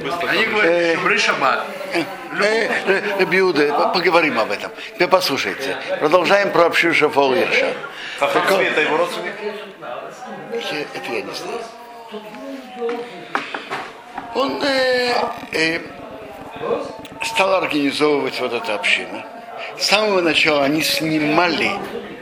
Они говорят, Шумрей Шаббат. Раби Иуда, поговорим об этом. Теперь послушайте. Продолжаем про Рабши Шафол Ирша. Это его родственник? Это я не знаю. Он стал организовывать вот эту общину. С самого начала они снимали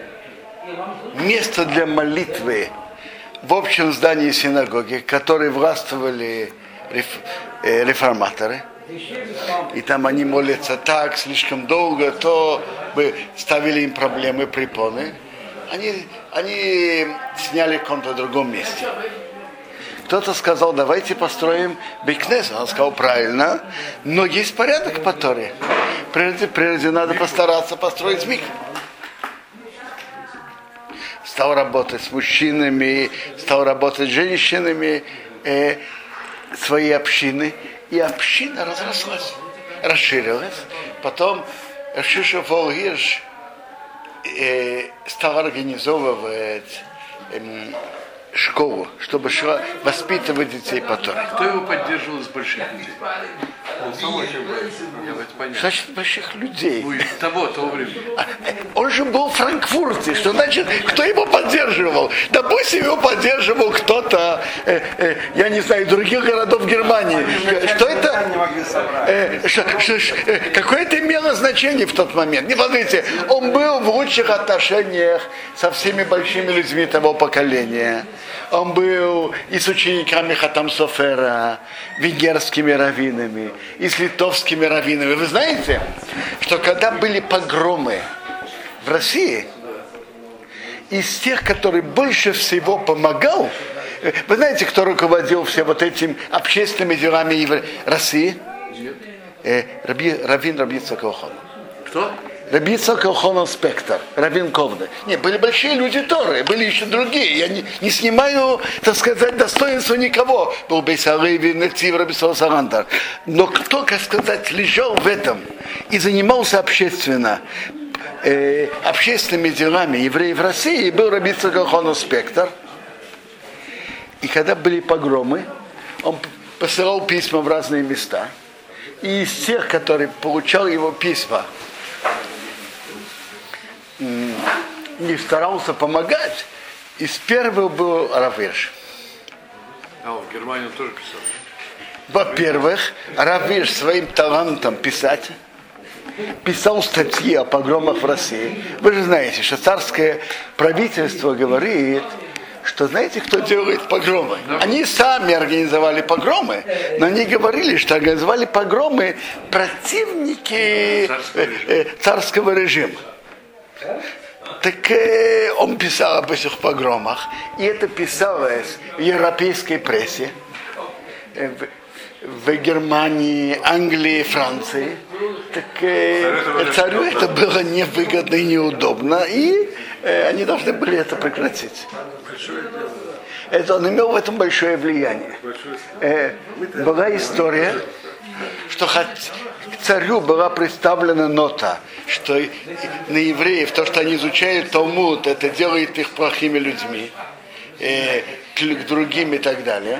место для молитвы в общем здании синагоги, которые властвовали реформаторы. И там они молятся так, слишком долго, то бы ставили им проблемы, препоны. Они сняли в каком-то другом месте. Кто-то сказал, давайте построим бейт-кнесет. Он сказал, правильно, но есть порядок по Торе. Прежде надо постараться построить микву. Стал работать с мужчинами, стал работать с женщинами, своей общины. И община разрослась, расширилась. Потом Рабши Шафол Ирш стал организовывать школу, чтобы воспитывать детей по Торе. Кто его поддерживал из больших людей? Он сам очень Значит, больших людей. Того времени. Он же был в Франкфурте. Что значит, кто его поддерживал? Допустим, его поддерживал кто-то, я не знаю, из других городов Германии. Что это? Какое это имело значение в тот момент? Не подумайте, он был в лучших отношениях со всеми большими людьми того поколения. Он был и с учениками Хатам Софера, венгерскими раввинами, и с литовскими раввинами. Вы знаете, что когда были погромы в России, из тех, который больше всего помогал, вы знаете, кто руководил все вот этими общественными делами России? Раввин Раби Йицхак Элхона. Кто? Раби Йицхак Элхона Спектор, раввин Ковны. Нет, были большие люди Торы, были еще другие. Я не снимаю, так сказать, достоинства никого. Был Бейсалеви, Нецив, Раби Сарандер. Но кто, как сказать, лежал в этом и занимался общественными делами евреев в России, был Раби Йицхак Элхона Спектор. И когда были погромы, он посылал письма в разные места. И из тех, которые получал его письма, не старался помогать, из первых был Рав Ирш. В Германии он тоже писал. Во-первых, Рав Ирш своим талантом писать писал статьи о погромах в России. Вы же знаете, что царское правительство говорит, что знаете, кто делает погромы? Они сами организовали погромы, но они говорили, что организовали погромы противники царского режима. Так он писал об этих погромах, и это писалось в европейской прессе, в Германии, Англии, Франции. Так царю это было невыгодно и неудобно, и они должны были это прекратить. Он имел в этом большое влияние. Была история, что к царю была представлена нота, что на евреев то, что они изучают Талмуд, это делает их плохими людьми, к другим и так далее.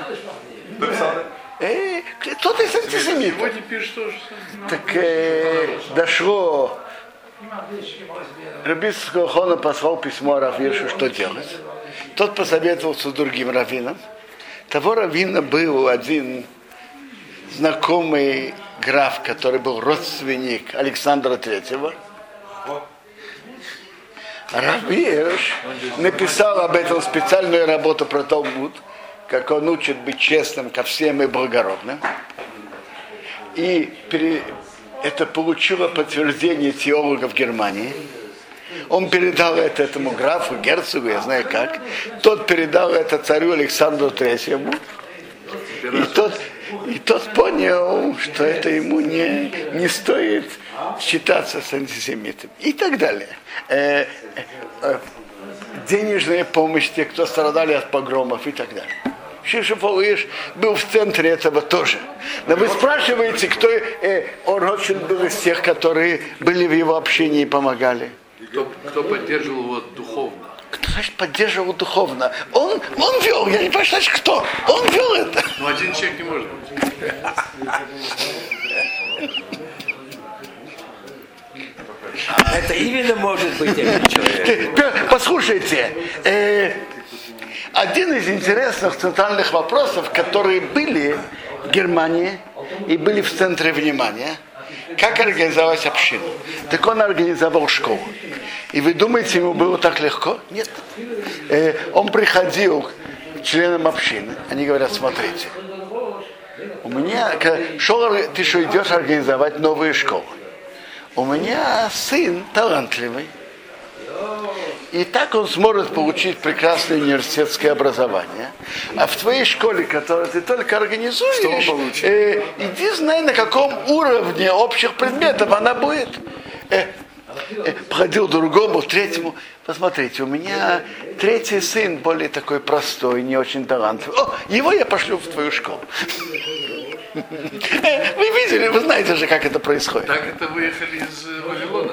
Кто-то из антисемитов. Так дошло. Раби Йицхак Элхона послал письмо Рав Иршу, что делать. Тот посоветовался с другим раввином. Того раввина был один знакомый граф, который был родственник Александра III. Рав Ирш написал об этом специальную работу про Талмуд, как он учит быть честным ко всем и благородным. И это получило подтверждение теологов Германии. Он передал это этому графу, герцогу, я знаю как. Тот передал это царю Александру III. И тот понял, что это ему не стоит считаться с антисемитом. И так далее. Денежная помощь тех, кто страдали от погромов и так далее. Рабши Шафол Ирш был в центре этого тоже. Но вы спрашиваете, кто он очень был из тех, которые были в его общении и помогали. Кто поддерживал его духовно? Кто, значит, поддерживал духовно? Он вел, я не понимаю, значит, кто? Он вел это. Один человек не может быть. Это именно может быть этот человек. Послушайте, один из интересных центральных вопросов, которые были в Германии и были в центре внимания, как организовать общину. Так он организовал школу. И вы думаете, ему было так легко? Нет. Он приходил к членам общины. Они говорят, смотрите, у меня, ты что идешь организовать новую школу? У меня сын талантливый. И так он сможет получить прекрасное университетское образование. А в твоей школе, которую ты только организуешь, иди знай, на каком уровне общих предметов она будет. Походил другому, третьему. Посмотрите, у меня третий сын более такой простой, не очень талантливый. Его я пошлю в твою школу. Вы видели, вы знаете же, как это происходит. Так это выехали из Вавилона.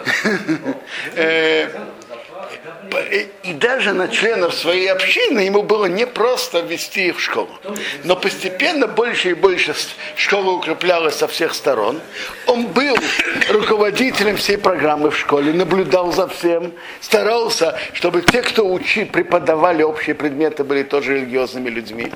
И даже на членов своей общины ему было не просто ввести их в школу. Но постепенно больше и больше школа укреплялась со всех сторон. Он был руководителем всей программы в школе, наблюдал за всем, старался, чтобы те, кто преподавали общие предметы, были тоже религиозными людьми.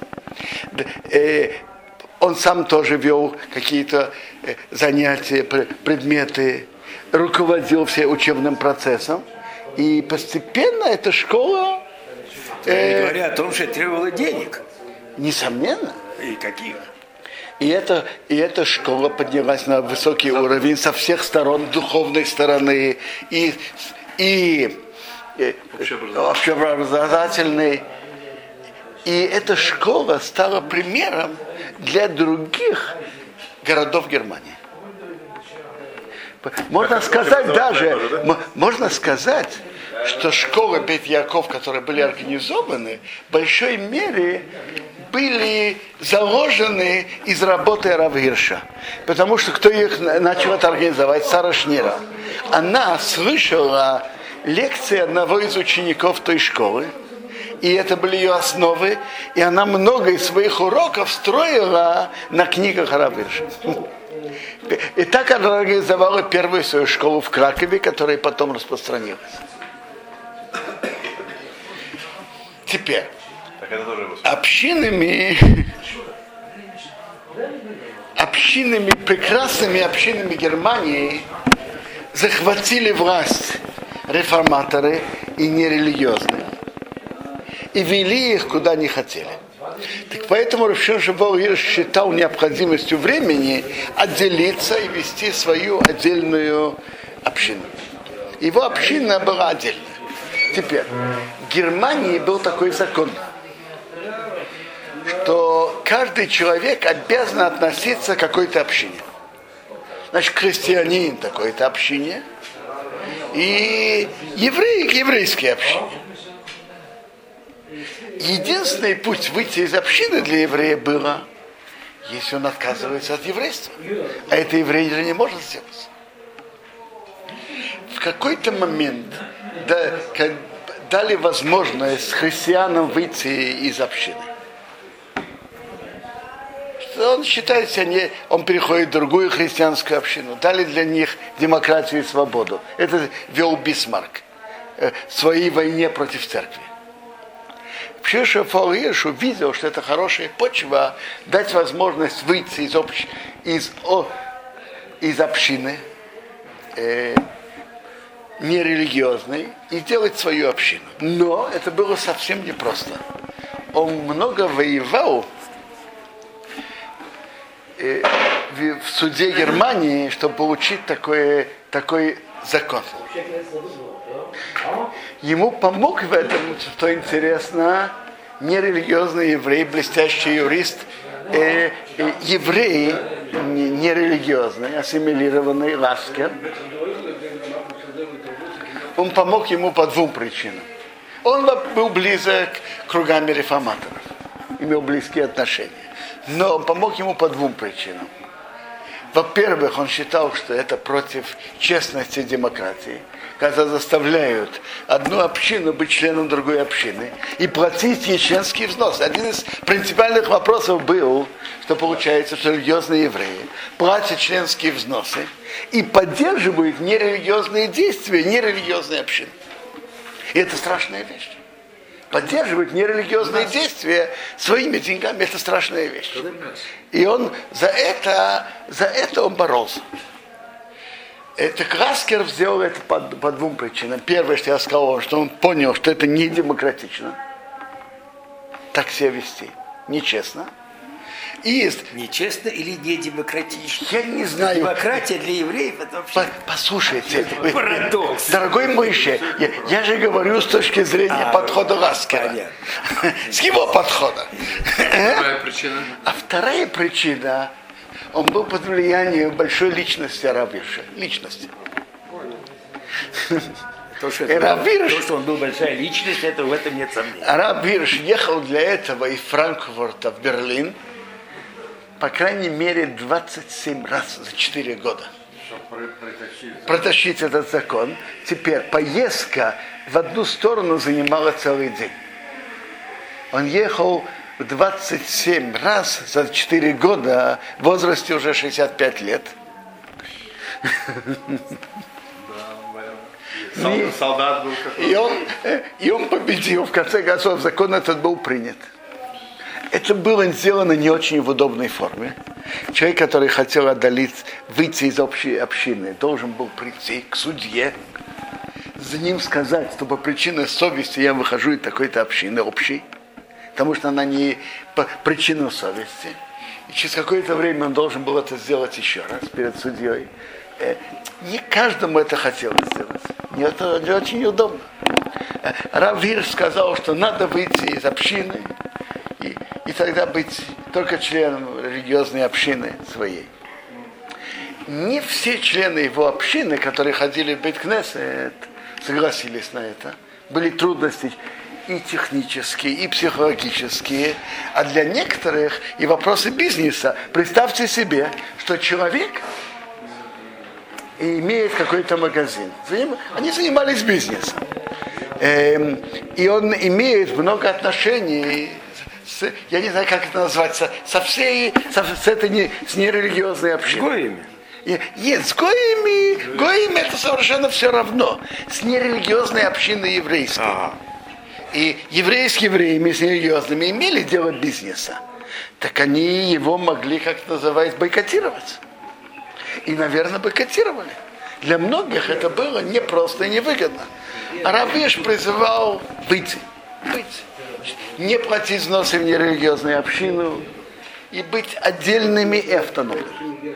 Он сам тоже вел какие-то занятия, предметы, руководил всем учебным процессом. И постепенно эта школа... Не говоря о том, что требовала денег. Несомненно. И каких? И эта школа поднялась на высокий уровень со всех сторон, духовной стороны и общеобразовательной. И эта школа стала примером для других городов Германии. Можно сказать, что школы Бейт-Яков, которые были организованы, в большой мере были заложены из работы Рав Гирша. Потому что кто их начал это организовать? Сара Шнира. Она слышала лекции одного из учеников той школы, и это были ее основы, и она много из своих уроков строила на книгах Рав Гирша. И так она организовала первую свою школу в Кракове, которая потом распространилась. Теперь, прекрасными общинами Германии захватили власть реформаторы и нерелигиозные. И вели их куда не хотели. Так поэтому Рав Шимон Шабур считал необходимостью времени отделиться и вести свою отдельную общину. Его община была отдельная. Теперь, в Германии был такой закон, что каждый человек обязан относиться к какой-то общине. Значит, христианин к какой-то общине и еврей к еврейской общине. Единственный путь выйти из общины для еврея было, если он отказывается от еврейства. А это еврей же не может сделать. В какой-то момент дали возможность христианам выйти из общины. Он считает себя, он переходит в другую христианскую общину. Дали для них демократию и свободу. Это вел Бисмарк в своей войне против церкви. Шимон увидел, что это хорошая почва, дать возможность выйти из общины нерелигиозной и сделать свою общину. Но это было совсем непросто. Он много воевал в суде Германии, чтобы получить такой закон. Ему помог в этом, что интересно, нерелигиозный еврей, блестящий юрист, еврей нерелигиозный, ассимилированный Ласкер. Он помог ему по двум причинам. Он был близок к кругам реформаторов, имел близкие отношения. Но он помог ему по двум причинам. Во-первых, он считал, что это против честности и демократии, когда заставляют одну общину быть членом другой общины и платить ей членский взнос. Один из принципиальных вопросов был, что получается, что религиозные евреи платят членские взносы и поддерживают нерелигиозные действия нерелигиозной общины. И это страшная вещь. Поддерживать нерелигиозные действия своими деньгами — это страшная вещь. И он за это он боролся. Это Краскер сделал это по двум причинам. Первое, что я сказал, что он понял, что это не демократично так себя вести, нечестно. И Нечестно или не демократично? я не знаю. Демократия для евреев — это вообще Послушайте, парадокс. Дорогой Моисей, я же говорю с точки зрения подхода Раскера. С его подхода. Вторая причина. А вторая причина, он был под влиянием большой личности Равирша. Личности. То, что он был большая личность, в этом нет сомнений. Рав Вирш ехал для этого из Франкфурта в Берлин, по крайней мере, 27 раз за 4 года. Протащить этот закон. Теперь поездка в одну сторону занимала целый день. Он ехал 27 раз за 4 года в возрасте уже 65 лет. Солдат был какой-то. И он победил. В конце концов, закон этот был принят. Это было сделано не очень в удобной форме. Человек, который хотел выйти из общей общины, должен был прийти к судье, за ним сказать, что по причине совести я выхожу из такой-то общины общей, потому что она не по причине совести. И через какое-то время он должен был это сделать еще раз перед судьей. Не каждому это хотелось сделать. Это не очень удобно. Рав Вирш сказал, что надо выйти из общины и тогда быть только членом религиозной общины своей. Не все члены его общины, которые ходили в Бейт-Кнесет, согласились на это. Были трудности и технические, и психологические, а для некоторых и вопросы бизнеса. Представьте себе, что человек имеет какой-то магазин. Они занимались бизнесом. И он имеет много отношений я не знаю, как это назвать, с нерелигиозной общиной. С гоями? Нет, с гоями это совершенно все равно. С нерелигиозной общиной еврейской. И евреи с евреями, с нерелигиозными имели дело бизнеса. Так они его могли, как это называется, бойкотировать. И, наверное, бойкотировали. Для многих это было непросто и невыгодно. А Рав Вирш призывал выйти. Не платить взносы в нерелигиозную общину и быть отдельными и автономными.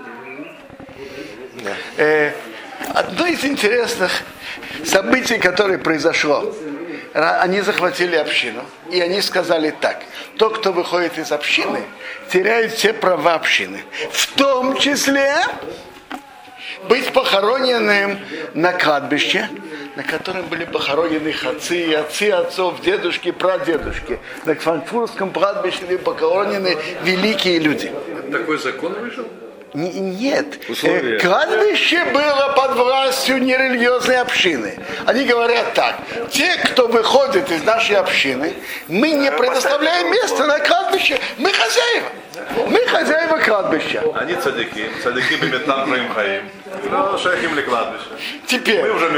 Одно из интересных событий, которое произошло, они захватили общину, и они сказали так: тот, кто выходит из общины, теряет все права общины, в том числе быть похороненным на кладбище, на котором были похоронены отцы, отцы отцов, дедушки, прадедушки. На франкфуртском кладбище были похоронены великие люди. Такой закон вышел? Нет. Кладбище было под властью нерелигиозной общины. Они говорят так: те, кто выходит из нашей общины, мы не предоставляем место на кладбище, мы хозяева. Мы хозяева кладбища. Они цадики беметам твоим хаим. Но шейхим ли кладбище? Теперь, Мы уже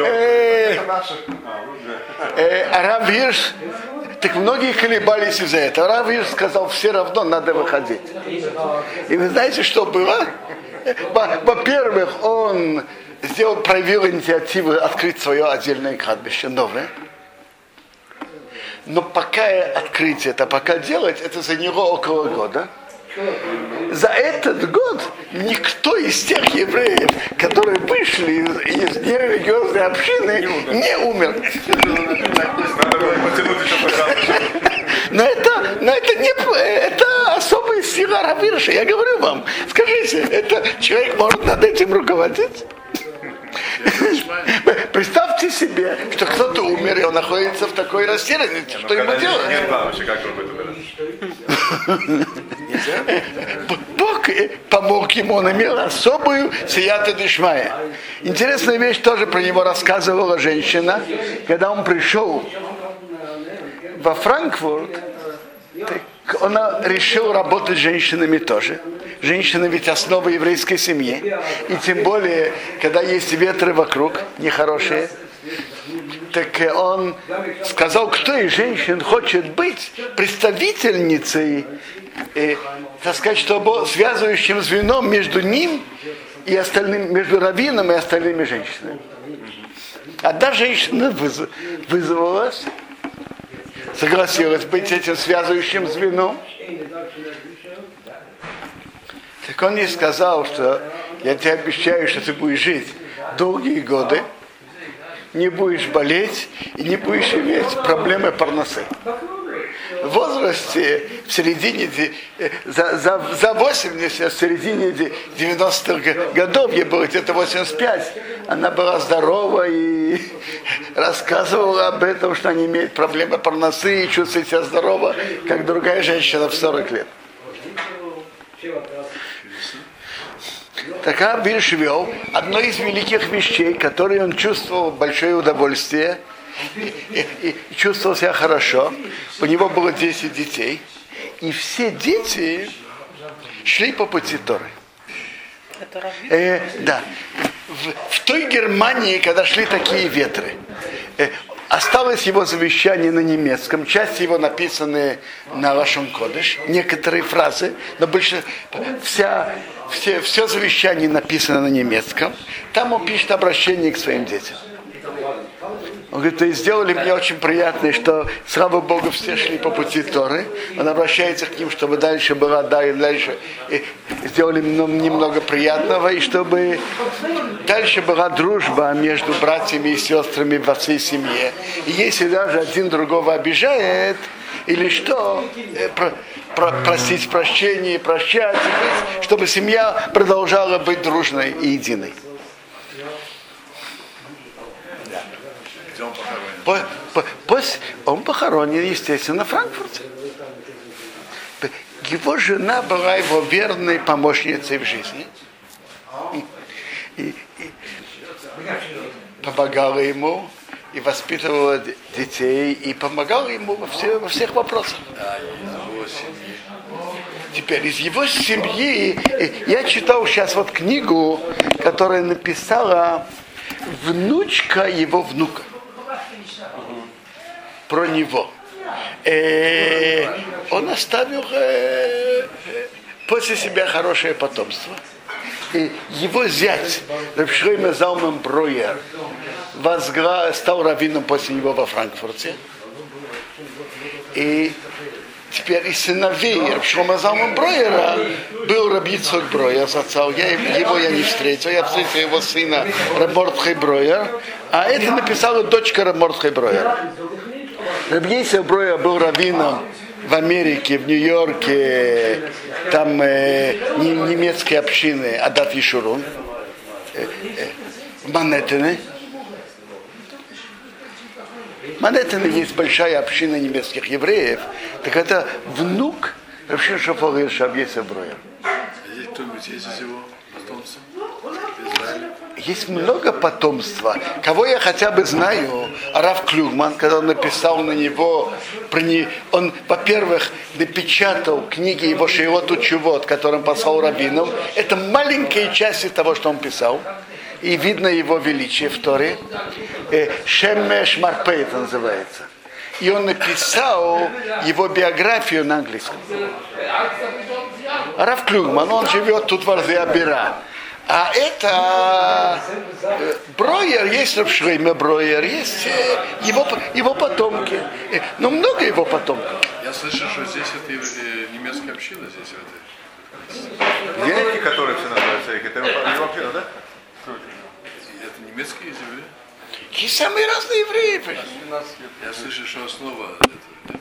Рав Вирш, так многие колебались из-за этого. Рав Вирш сказал, все равно надо выходить. И вы знаете, что было? Во-первых, он проявил инициативу открыть свое отдельное кладбище, новое. Но пока открыть это, пока делать, это за него около года. За этот год никто из тех евреев, которые вышли из нерелигиозной общины, не умер. Надо было потянуть еще пожалуйста. Но это особая сила Рав Вирша. Я говорю вам, скажите, человек может над этим руководить? Представьте представьте себе, что кто-то умер, и он находится в такой растерянности, что ему делать? Нет кладбища, как он будет умирать? Бог помог ему, он имел особую сията дишмая. Интересная вещь тоже про него рассказывала женщина, когда он пришел во Франкфурт, он решил работать с женщинами тоже. Женщина ведь основа еврейской семьи. И тем более, когда есть ветры вокруг, нехорошие, так он сказал, кто из женщин хочет быть представительницей, так сказать, чтобы связывающим звеном между ним и остальным, между раввином и остальными женщинами. Одна женщина вызвалась, согласилась быть этим связывающим звеном. Так он ей сказал, что я тебе обещаю, что ты будешь жить долгие годы, не будешь болеть и не будешь иметь проблемы парносы. В возрасте, в середине, за 80, в середине 90-х годов, ей было где-то 85, она была здорова и рассказывала об этом, что она имеет проблемы парносы и чувствует себя здорово, как другая женщина в 40 лет. Так Раби Швел, одно из великих вещей, которые он чувствовал большое удовольствие и чувствовал себя хорошо. У него было 10 детей, и все дети шли по пути Торы. Да. В той Германии, когда шли такие ветры, осталось его завещание на немецком, часть его написаны на Лашон Кодеш, некоторые фразы, но больше все завещание написано на немецком. Там он пишет обращение к своим детям. Он говорит, то сделали мне очень приятно, что, слава Богу, все шли по пути Торы. Он обращается к ним, чтобы дальше была, дальше сделали немного приятного, и чтобы дальше была дружба между братьями и сестрами во всей семье. И если даже один другого обижает, или что, просить прощения, прощать, чтобы семья продолжала быть дружной и единой. Он похоронен, естественно, в Франкфурте. Его жена была его верной помощницей в жизни. И помогала ему, и воспитывала детей, и помогала ему во всех вопросах. Теперь из его семьи, я читал сейчас вот книгу, которую написала внучка его внука. Про него. Он оставил после себя хорошее потомство. И его зять, Рав Шломо Залман Броер, стал раввином после него во Франкфурте. И теперь из сыновей Рав Шломо Залман Броера был Рабби Йицхак Броер, его я не встретил, я встретил его сына Рав Мордхай Броер, а это написала дочка Рав Мордхай Броер. Рабби Йицхак Броер был раввином в Америке, в Нью-Йорке, там немецкие общины Адат Ешурун, в Манхэттене. В Манхэттене есть большая община немецких евреев, так это внук Рав Шимшон Шафар Рабби Йицхак Броер. Есть кто-нибудь из его потомцев? Есть много потомства. Кого я хотя бы знаю, Рав Клюгман, когда он написал на него, он, во-первых, напечатал книги его Шейлот Утшувот, которым послал раввинам. Это маленькая часть того, что он писал. И видно его величие в Торе. Шемеш Марпе это называется. И он написал его биографию на английском. Рав Клюгман, он живет тут в Арзе-Абира. А это Броер, есть Рав Шломо Броер, есть его потомки. Но много его потомков. Я слышал, что здесь это немецкая община здесь. Есть, которые все называются, это его община, да? Это немецкие евреи? Есть самые разные евреи. Я слышал, что основа